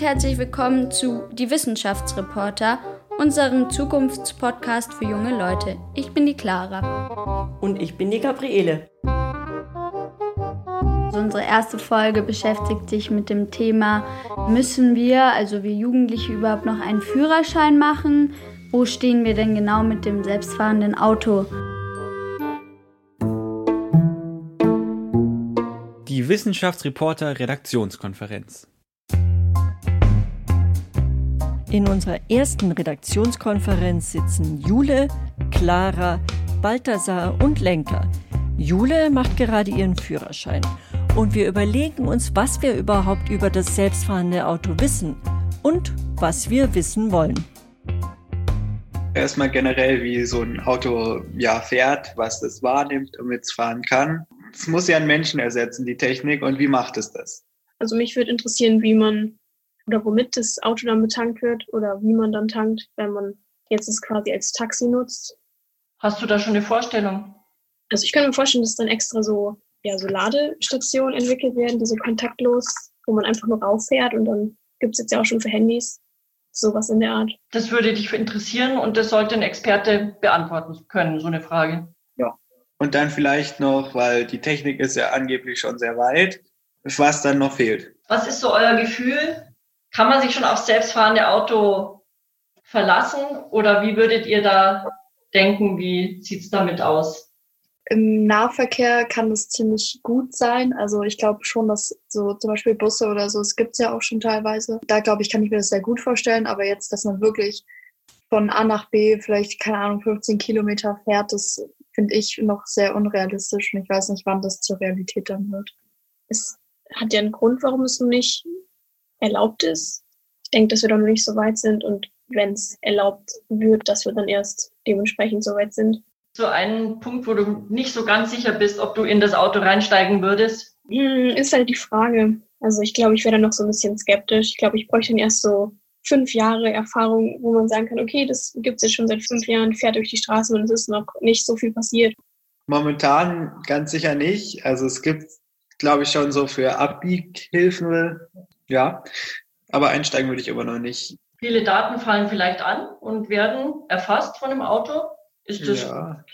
herzlich willkommen zu Die Wissenschaftsreporter, unserem Zukunftspodcast für junge Leute. Ich bin die Clara. Und ich bin die Gabriele. Unsere erste Folge beschäftigt sich mit dem Thema, müssen wir, also wir Jugendliche, überhaupt noch einen Führerschein machen? Wo stehen wir denn genau mit dem selbstfahrenden Auto? Die Wissenschaftsreporter-Redaktionskonferenz. In unserer ersten Redaktionskonferenz sitzen Jule, Clara, Balthasar und Lenka. Jule macht gerade ihren Führerschein und wir überlegen uns, was wir überhaupt über das selbstfahrende Auto wissen und was wir wissen wollen. Erstmal generell, wie so ein Auto fährt, was es wahrnimmt, damit es fahren kann. Es muss ja einen Menschen ersetzen, die Technik, und wie macht es das? Also mich würde interessieren, wie man oder womit das Auto dann betankt wird oder wie man dann tankt, wenn man jetzt es quasi als Taxi nutzt. Hast du da schon eine Vorstellung? Also ich kann mir vorstellen, dass dann extra so Ladestationen entwickelt werden, diese kontaktlos, wo man einfach nur rauffährt, und dann gibt es jetzt ja auch schon für Handys sowas in der Art. Das würde dich interessieren und das sollte ein Experte beantworten können, so eine Frage. Ja. Und dann vielleicht noch, weil die Technik ist ja angeblich schon sehr weit, was dann noch fehlt. Was ist so euer Gefühl? Kann man sich schon aufs selbstfahrende Auto verlassen oder wie würdet ihr da denken, wie sieht es damit aus? Im Nahverkehr kann das ziemlich gut sein. Also ich glaube schon, dass so zum Beispiel Busse oder so, es gibt es ja auch schon teilweise. Da glaube ich, kann ich mir das sehr gut vorstellen. Aber jetzt, dass man wirklich von A nach B vielleicht, 15 Kilometer fährt, das finde ich noch sehr unrealistisch. Und ich weiß nicht, wann das zur Realität dann wird. Es hat ja einen Grund, warum es noch nicht erlaubt ist. Ich denke, dass wir doch noch nicht so weit sind, und wenn es erlaubt wird, dass wir dann erst dementsprechend so weit sind. So ein Punkt, wo du nicht so ganz sicher bist, ob du in das Auto reinsteigen würdest? Ist halt die Frage. Also ich glaube, ich wäre dann noch so ein bisschen skeptisch. Ich glaube, ich bräuchte dann erst so 5 Jahre Erfahrung, wo man sagen kann, okay, das gibt es jetzt schon seit 5 Jahren, fährt durch die Straßen und es ist noch nicht so viel passiert. Momentan ganz sicher nicht. Also es gibt, glaube ich, schon so für Abbieghilfen, ja. Aber einsteigen würde ich immer noch nicht. Viele Daten fallen vielleicht an und werden erfasst von dem Auto. Ist das,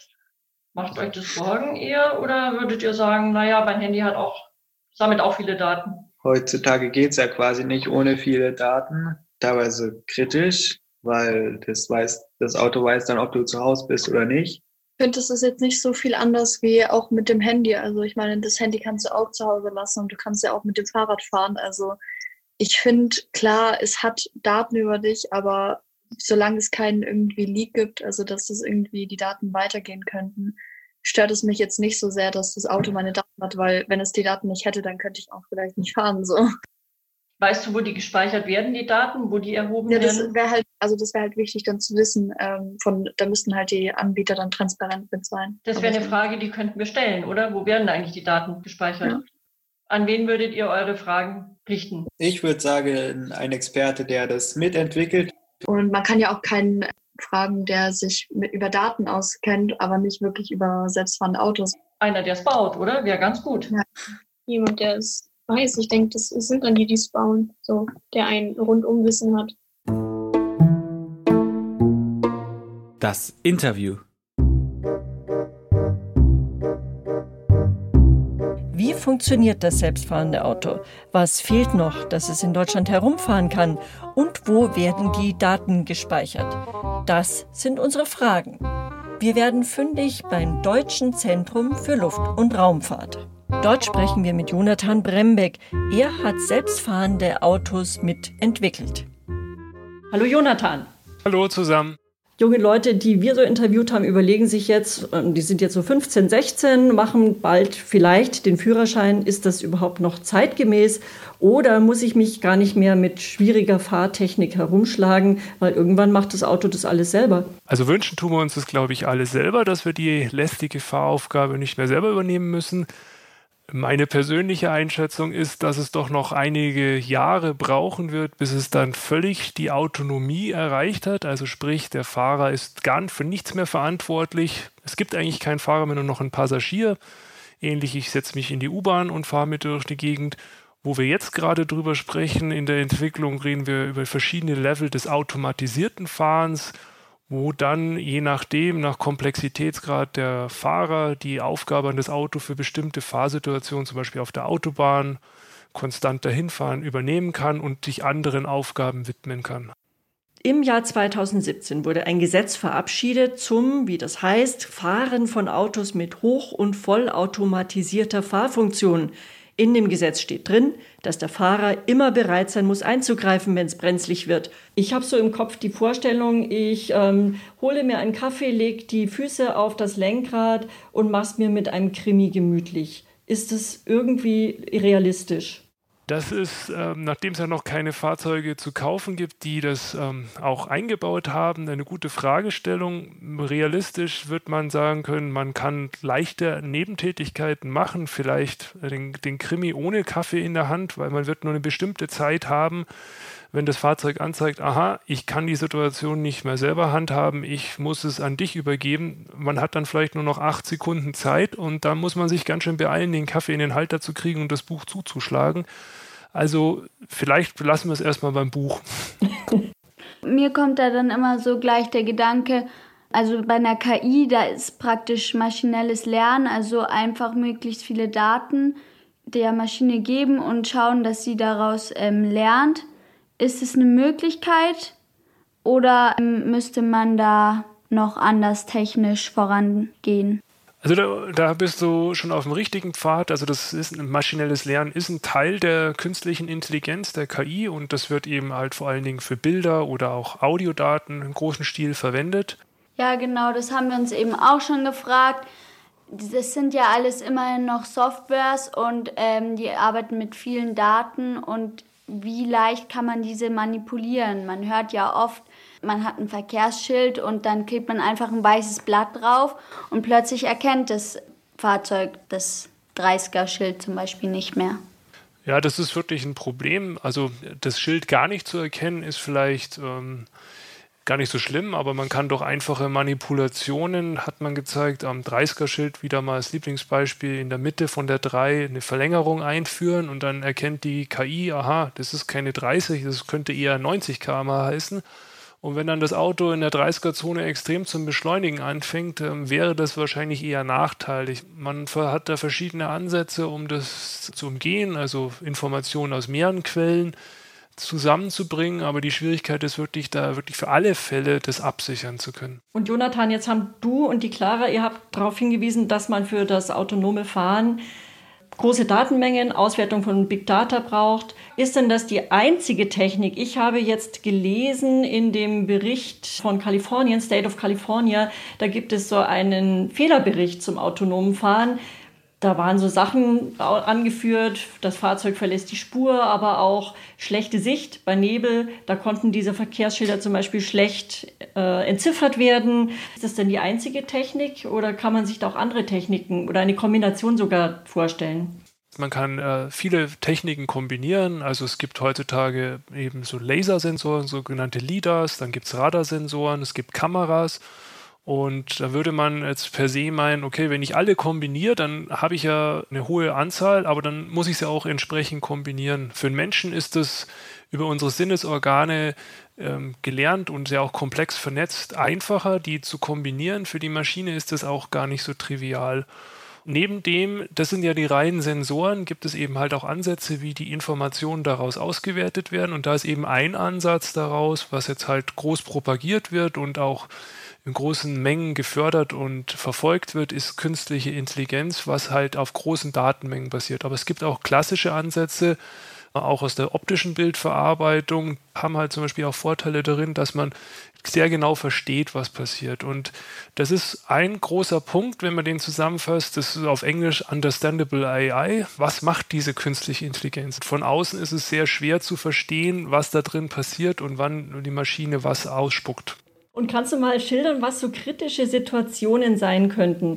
macht euch das Sorgen eher, oder würdet ihr sagen, mein Handy sammelt auch viele Daten? Heutzutage geht es ja quasi nicht ohne viele Daten. Teilweise kritisch, weil das Auto weiß dann, ob du zu Hause bist oder nicht. Ich finde, das ist jetzt nicht so viel anders wie auch mit dem Handy. Also ich meine, das Handy kannst du auch zu Hause lassen und du kannst ja auch mit dem Fahrrad fahren. Also ich finde, klar, es hat Daten über dich, aber solange es keinen irgendwie Leak gibt, also dass es irgendwie die Daten weitergehen könnten, stört es mich jetzt nicht so sehr, dass das Auto meine Daten hat, weil wenn es die Daten nicht hätte, dann könnte ich auch vielleicht nicht fahren, so. Weißt du, wo die gespeichert werden, die Daten, wo die erhoben werden? Das wäre halt wichtig dann zu wissen, da müssten halt die Anbieter dann transparent mit sein. Das wäre eine Frage, die könnten wir stellen, oder? Wo werden eigentlich die Daten gespeichert? Ja. An wen würdet ihr eure Fragen richten? Ich würde sagen, ein Experte, der das mitentwickelt. Und man kann ja auch keinen fragen, der sich über Daten auskennt, aber nicht wirklich über selbstfahrende Autos. Einer, der es baut, oder? Wäre ganz gut. Ja. Jemand, der es weiß. Ich denke, das sind dann die es bauen, so, der ein Rundumwissen hat. Das Interview. Wie funktioniert das selbstfahrende Auto? Was fehlt noch, dass es in Deutschland herumfahren kann? Und wo werden die Daten gespeichert? Das sind unsere Fragen. Wir werden fündig beim Deutschen Zentrum für Luft- und Raumfahrt. Dort sprechen wir mit Jonathan Brembeck. Er hat selbstfahrende Autos mitentwickelt. Hallo Jonathan. Hallo zusammen. Junge Leute, die wir so interviewt haben, überlegen sich jetzt, die sind jetzt so 15, 16, machen bald vielleicht den Führerschein. Ist das überhaupt noch zeitgemäß? Oder muss ich mich gar nicht mehr mit schwieriger Fahrtechnik herumschlagen, weil irgendwann macht das Auto das alles selber? Also wünschen tun wir uns das, glaube ich, alle selber, dass wir die lästige Fahraufgabe nicht mehr selber übernehmen müssen. Meine persönliche Einschätzung ist, dass es doch noch einige Jahre brauchen wird, bis es dann völlig die Autonomie erreicht hat. Also sprich, der Fahrer ist für nichts mehr verantwortlich. Es gibt eigentlich keinen Fahrer mehr, nur noch einen Passagier. Ähnlich, ich setze mich in die U-Bahn und fahre mit durch die Gegend. Wo wir jetzt gerade drüber sprechen, in der Entwicklung reden wir über verschiedene Level des automatisierten Fahrens, wo dann je nachdem, nach Komplexitätsgrad der Fahrer, die Aufgabe an das Auto für bestimmte Fahrsituationen, zum Beispiel auf der Autobahn, konstant dahinfahren, übernehmen kann und sich anderen Aufgaben widmen kann. Im Jahr 2017 wurde ein Gesetz verabschiedet zum, wie das heißt, Fahren von Autos mit hoch- und vollautomatisierter Fahrfunktion. In dem Gesetz steht drin, dass der Fahrer immer bereit sein muss, einzugreifen, wenn es brenzlig wird. Ich habe so im Kopf die Vorstellung, ich hole mir einen Kaffee, lege die Füße auf das Lenkrad und mache es mir mit einem Krimi gemütlich. Ist das irgendwie realistisch? Das ist, nachdem es ja noch keine Fahrzeuge zu kaufen gibt, die das auch eingebaut haben, eine gute Fragestellung. Realistisch wird man sagen können, man kann leichte Nebentätigkeiten machen, vielleicht den Krimi ohne Kaffee in der Hand, weil man wird nur eine bestimmte Zeit haben, wenn das Fahrzeug anzeigt, aha, ich kann die Situation nicht mehr selber handhaben, ich muss es an dich übergeben. Man hat dann vielleicht nur noch 8 Sekunden Zeit und da muss man sich ganz schön beeilen, den Kaffee in den Halter zu kriegen und das Buch zuzuschlagen. Also vielleicht belassen wir es erstmal beim Buch. Mir kommt da dann immer so gleich der Gedanke, also bei einer KI, da ist praktisch maschinelles Lernen, also einfach möglichst viele Daten der Maschine geben und schauen, dass sie daraus lernt. Ist es eine Möglichkeit oder müsste man da noch anders technisch vorangehen? Also da bist du schon auf dem richtigen Pfad. Also das ist ein maschinelles Lernen, ist ein Teil der künstlichen Intelligenz, der KI, und das wird eben halt vor allen Dingen für Bilder oder auch Audiodaten im großen Stil verwendet. Ja, genau, das haben wir uns eben auch schon gefragt. Das sind ja alles immerhin noch Softwares und die arbeiten mit vielen Daten und wie leicht kann man diese manipulieren? Man hört ja oft, man hat ein Verkehrsschild und dann klebt man einfach ein weißes Blatt drauf und plötzlich erkennt das Fahrzeug das 30er-Schild zum Beispiel nicht mehr. Ja, das ist wirklich ein Problem. Also das Schild gar nicht zu erkennen ist vielleicht gar nicht so schlimm, aber man kann durch einfache Manipulationen, hat man gezeigt, am 30er-Schild wieder mal als Lieblingsbeispiel in der Mitte von der 3 eine Verlängerung einführen und dann erkennt die KI, aha, das ist keine 30, das könnte eher 90 km/h heißen. Und wenn dann das Auto in der 30er-Zone extrem zum Beschleunigen anfängt, wäre das wahrscheinlich eher nachteilig. Man hat da verschiedene Ansätze, um das zu umgehen, also Informationen aus mehreren Quellen zusammenzubringen, aber die Schwierigkeit ist wirklich, da wirklich für alle Fälle das absichern zu können. Und Jonathan, jetzt haben du und die Clara, ihr habt darauf hingewiesen, dass man für das autonome Fahren große Datenmengen, Auswertung von Big Data braucht. Ist denn das die einzige Technik? Ich habe jetzt gelesen in dem Bericht von Kalifornien, State of California, da gibt es so einen Fehlerbericht zum autonomen Fahren. Da waren so Sachen angeführt, das Fahrzeug verlässt die Spur, aber auch schlechte Sicht bei Nebel. Da konnten diese Verkehrsschilder zum Beispiel schlecht entziffert werden. Ist das denn die einzige Technik oder kann man sich da auch andere Techniken oder eine Kombination sogar vorstellen? Man kann viele Techniken kombinieren. Also es gibt heutzutage eben so Lasersensoren, sogenannte LiDARs, dann gibt es Radarsensoren, es gibt Kameras. Und da würde man jetzt per se meinen, okay, wenn ich alle kombiniere, dann habe ich ja eine hohe Anzahl, aber dann muss ich es ja auch entsprechend kombinieren. Für den Menschen ist das über unsere Sinnesorgane gelernt und sehr auch komplex vernetzt einfacher, die zu kombinieren. Für die Maschine ist das auch gar nicht so trivial. Neben dem, das sind ja die reinen Sensoren, gibt es eben halt auch Ansätze, wie die Informationen daraus ausgewertet werden. Und da ist eben ein Ansatz daraus, was jetzt halt groß propagiert wird und auch in großen Mengen gefördert und verfolgt wird, ist künstliche Intelligenz, was halt auf großen Datenmengen basiert. Aber es gibt auch klassische Ansätze, auch aus der optischen Bildverarbeitung, haben halt zum Beispiel auch Vorteile darin, dass man sehr genau versteht, was passiert. Und das ist ein großer Punkt, wenn man den zusammenfasst, das ist auf Englisch Understandable AI. Was macht diese künstliche Intelligenz? Von außen ist es sehr schwer zu verstehen, was da drin passiert und wann die Maschine was ausspuckt. Und kannst du mal schildern, was so kritische Situationen sein könnten?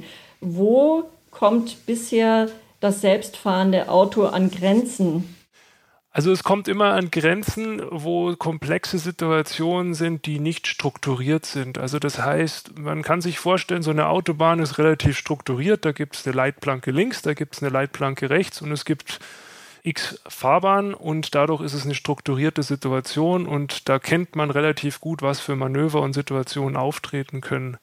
Wo kommt bisher das selbstfahrende Auto an Grenzen? Also es kommt immer an Grenzen, wo komplexe Situationen sind, die nicht strukturiert sind. Also das heißt, man kann sich vorstellen, so eine Autobahn ist relativ strukturiert. Da gibt es eine Leitplanke links, da gibt es eine Leitplanke rechts und es gibt X Fahrbahn und dadurch ist es eine strukturierte Situation und da kennt man relativ gut, was für Manöver und Situationen auftreten können.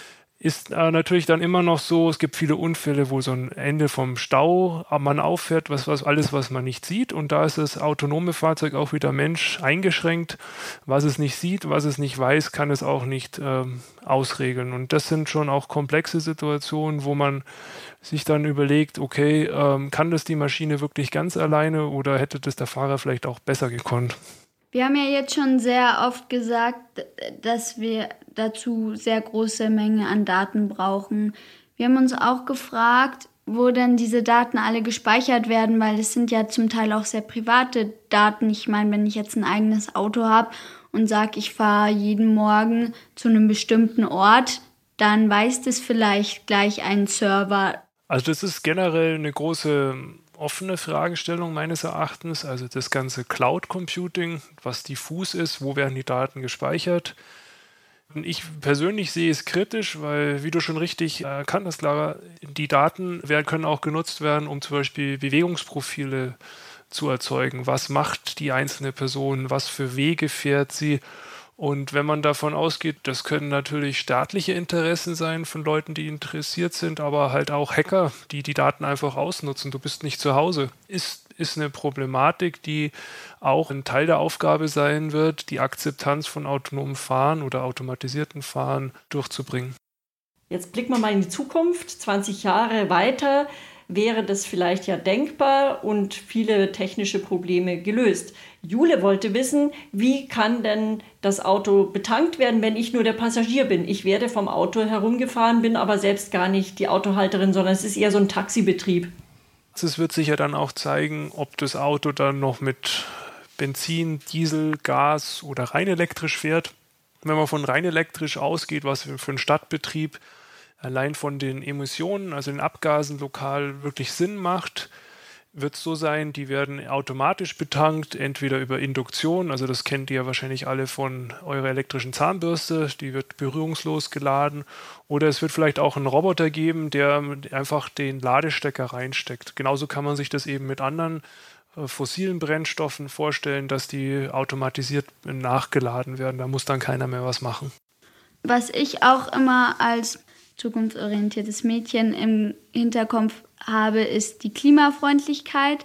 Ist natürlich dann immer noch so, es gibt viele Unfälle, wo so ein Ende vom Stau man auffährt, was man nicht sieht und da ist das autonome Fahrzeug auch wieder Mensch eingeschränkt. Was es nicht sieht, was es nicht weiß, kann es auch nicht ausregeln und das sind schon auch komplexe Situationen, wo man sich dann überlegt, okay, kann das die Maschine wirklich ganz alleine oder hätte das der Fahrer vielleicht auch besser gekonnt? Wir haben ja jetzt schon sehr oft gesagt, dass wir dazu sehr große Mengen an Daten brauchen. Wir haben uns auch gefragt, wo denn diese Daten alle gespeichert werden, weil es sind ja zum Teil auch sehr private Daten. Ich meine, wenn ich jetzt ein eigenes Auto habe und sage, ich fahre jeden Morgen zu einem bestimmten Ort, dann weiß das vielleicht gleich ein Server. Also das ist generell eine große offene Fragestellung meines Erachtens, also das ganze Cloud Computing, was diffus ist, wo werden die Daten gespeichert. Ich persönlich sehe es kritisch, weil, wie du schon richtig erkannt hast, Lara, die Daten können auch genutzt werden, um zum Beispiel Bewegungsprofile zu erzeugen. Was macht die einzelne Person, was für Wege fährt sie? Und wenn man davon ausgeht, das können natürlich staatliche Interessen sein von Leuten, die interessiert sind, aber halt auch Hacker, die die Daten einfach ausnutzen. Du bist nicht zu Hause. Ist eine Problematik, die auch ein Teil der Aufgabe sein wird, die Akzeptanz von autonomem Fahren oder automatisierten Fahren durchzubringen. Jetzt blicken wir mal in die Zukunft. 20 Jahre weiter wäre das vielleicht ja denkbar und viele technische Probleme gelöst. Jule wollte wissen, wie kann denn das Auto betankt werden, wenn ich nur der Passagier bin? Ich werde vom Auto herumgefahren, bin aber selbst gar nicht die Autohalterin, sondern es ist eher so ein Taxibetrieb. Es wird sicher dann auch zeigen, ob das Auto dann noch mit Benzin, Diesel, Gas oder rein elektrisch fährt. Wenn man von rein elektrisch ausgeht, was für einen Stadtbetrieb allein von den Emissionen, also den Abgasen lokal wirklich Sinn macht, wird es so sein, die werden automatisch betankt, entweder über Induktion, also das kennt ihr ja wahrscheinlich alle von eurer elektrischen Zahnbürste, die wird berührungslos geladen, oder es wird vielleicht auch einen Roboter geben, der einfach den Ladestecker reinsteckt. Genauso kann man sich das eben mit anderen fossilen Brennstoffen vorstellen, dass die automatisiert nachgeladen werden. Da muss dann keiner mehr was machen. Was ich auch immer als zukunftsorientiertes Mädchen im Hinterkopf habe, ist die Klimafreundlichkeit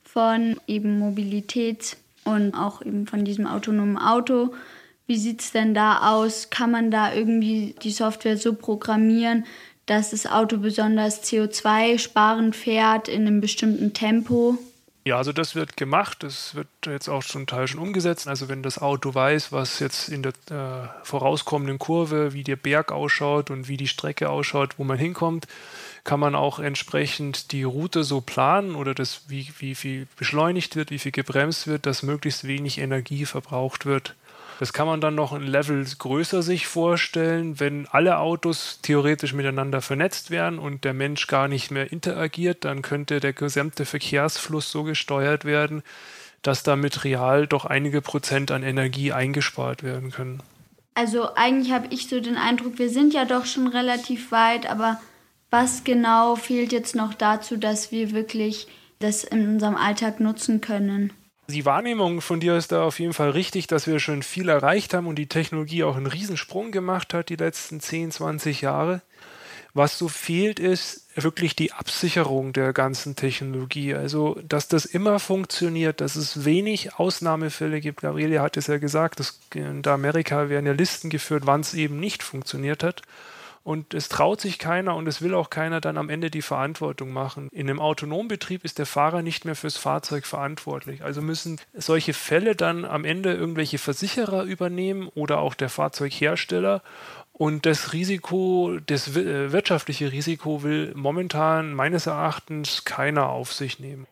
von eben Mobilität und auch eben von diesem autonomen Auto. Wie sieht es denn da aus? Kann man da irgendwie die Software so programmieren, dass das Auto besonders CO2-sparend fährt in einem bestimmten Tempo? Ja, also das wird gemacht, das wird jetzt auch zum Teil schon umgesetzt. Also wenn das Auto weiß, was jetzt in der vorauskommenden Kurve, wie der Berg ausschaut und wie die Strecke ausschaut, wo man hinkommt, kann man auch entsprechend die Route so planen oder das, wie viel beschleunigt wird, wie viel gebremst wird, dass möglichst wenig Energie verbraucht wird. Das kann man dann noch ein Level größer sich vorstellen, wenn alle Autos theoretisch miteinander vernetzt wären und der Mensch gar nicht mehr interagiert, dann könnte der gesamte Verkehrsfluss so gesteuert werden, dass damit real doch einige Prozent an Energie eingespart werden können. Also eigentlich habe ich so den Eindruck, wir sind ja doch schon relativ weit, aber was genau fehlt jetzt noch dazu, dass wir wirklich das in unserem Alltag nutzen können? Die Wahrnehmung von dir ist da auf jeden Fall richtig, dass wir schon viel erreicht haben und die Technologie auch einen Riesensprung gemacht hat die letzten 10, 20 Jahre. Was so fehlt, ist wirklich die Absicherung der ganzen Technologie. Also, dass das immer funktioniert, dass es wenig Ausnahmefälle gibt. Gabriele hat es ja gesagt, in Amerika werden ja Listen geführt, wann es eben nicht funktioniert hat. Und es traut sich keiner und es will auch keiner dann am Ende die Verantwortung machen. In einem autonomen Betrieb ist der Fahrer nicht mehr fürs Fahrzeug verantwortlich. Also müssen solche Fälle dann am Ende irgendwelche Versicherer übernehmen oder auch der Fahrzeughersteller. Und das Risiko, das wirtschaftliche Risiko will momentan meines Erachtens keiner auf sich nehmen.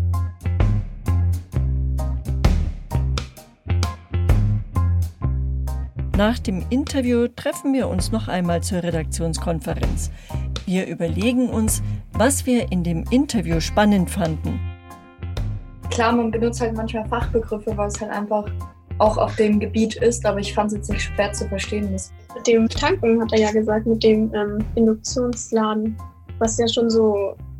Nach dem Interview treffen wir uns noch einmal zur Redaktionskonferenz. Wir überlegen uns, was wir in dem Interview spannend fanden. Klar, man benutzt halt manchmal Fachbegriffe, weil es halt einfach auch auf dem Gebiet ist, aber ich fand es jetzt nicht schwer zu verstehen. Mit dem Tanken hat er ja gesagt, mit dem Induktionsladen, was ja schon so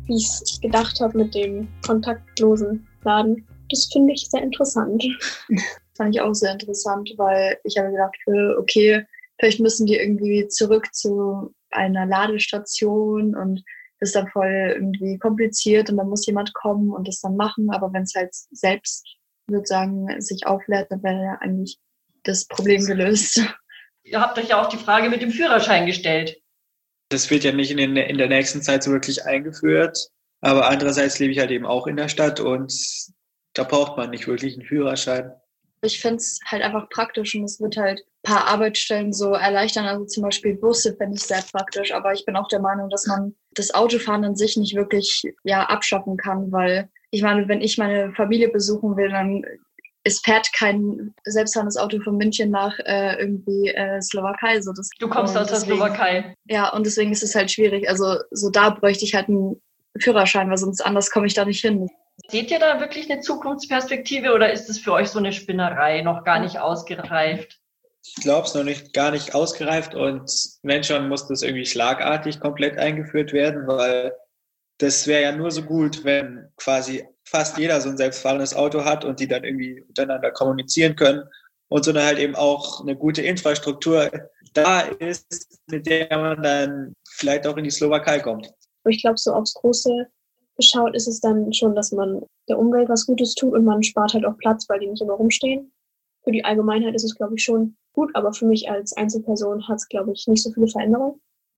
wie ich es gedacht habe mit dem kontaktlosen Laden. Das finde ich sehr interessant. Fand ich auch sehr interessant, weil ich habe gedacht, okay, vielleicht müssen die irgendwie zurück zu einer Ladestation und das ist dann voll irgendwie kompliziert und dann muss jemand kommen und das dann machen. Aber wenn es halt selbst, sozusagen, sich auflädt, dann wäre ja eigentlich das Problem gelöst. Ihr habt euch ja auch die Frage mit dem Führerschein gestellt. Das wird ja nicht in der nächsten Zeit so wirklich eingeführt. Aber andererseits lebe ich halt eben auch in der Stadt und da braucht man nicht wirklich einen Führerschein. Ich finde es halt einfach praktisch und es wird halt ein paar Arbeitsstellen so erleichtern. Also zum Beispiel Busse finde ich sehr praktisch. Aber ich bin auch der Meinung, dass man das Autofahren an sich nicht wirklich abschaffen kann, weil ich meine, wenn ich meine Familie besuchen will, dann es fährt kein selbstfahrendes Auto von München nach Slowakei. So, du kommst aus der Slowakei. Ja, und deswegen ist es halt schwierig. Also so da bräuchte ich halt einen Führerschein, weil sonst anders komme ich da nicht hin. Seht ihr da wirklich eine Zukunftsperspektive oder ist es für euch so eine Spinnerei, noch gar nicht ausgereift? Ich glaube, es ist gar nicht ausgereift und wenn schon, muss das irgendwie schlagartig komplett eingeführt werden, weil das wäre ja nur so gut, wenn quasi fast jeder so ein selbstfahrendes Auto hat und die dann irgendwie miteinander kommunizieren können und so dann halt eben auch eine gute Infrastruktur da ist, mit der man dann vielleicht auch in die Slowakei kommt. Ich glaube, so aufs Große geschaut ist es dann schon, dass man der Umwelt was Gutes tut und man spart halt auch Platz, weil die nicht immer rumstehen. Für die Allgemeinheit ist es, glaube ich, schon gut, aber für mich als Einzelperson hat es, glaube ich, nicht so viele Veränderungen.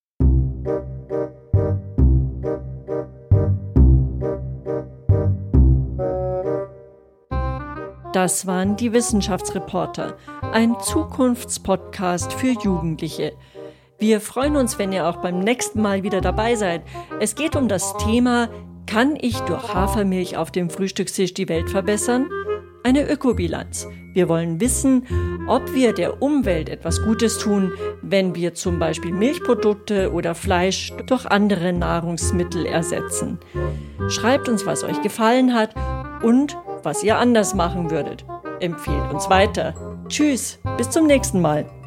Das waren die Wissenschaftsreporter, ein Zukunftspodcast für Jugendliche. Wir freuen uns, wenn ihr auch beim nächsten Mal wieder dabei seid. Es geht um das Thema: Kann ich durch Hafermilch auf dem Frühstückstisch die Welt verbessern? Eine Ökobilanz. Wir wollen wissen, ob wir der Umwelt etwas Gutes tun, wenn wir zum Beispiel Milchprodukte oder Fleisch durch andere Nahrungsmittel ersetzen. Schreibt uns, was euch gefallen hat und was ihr anders machen würdet. Empfehlt uns weiter. Tschüss, bis zum nächsten Mal.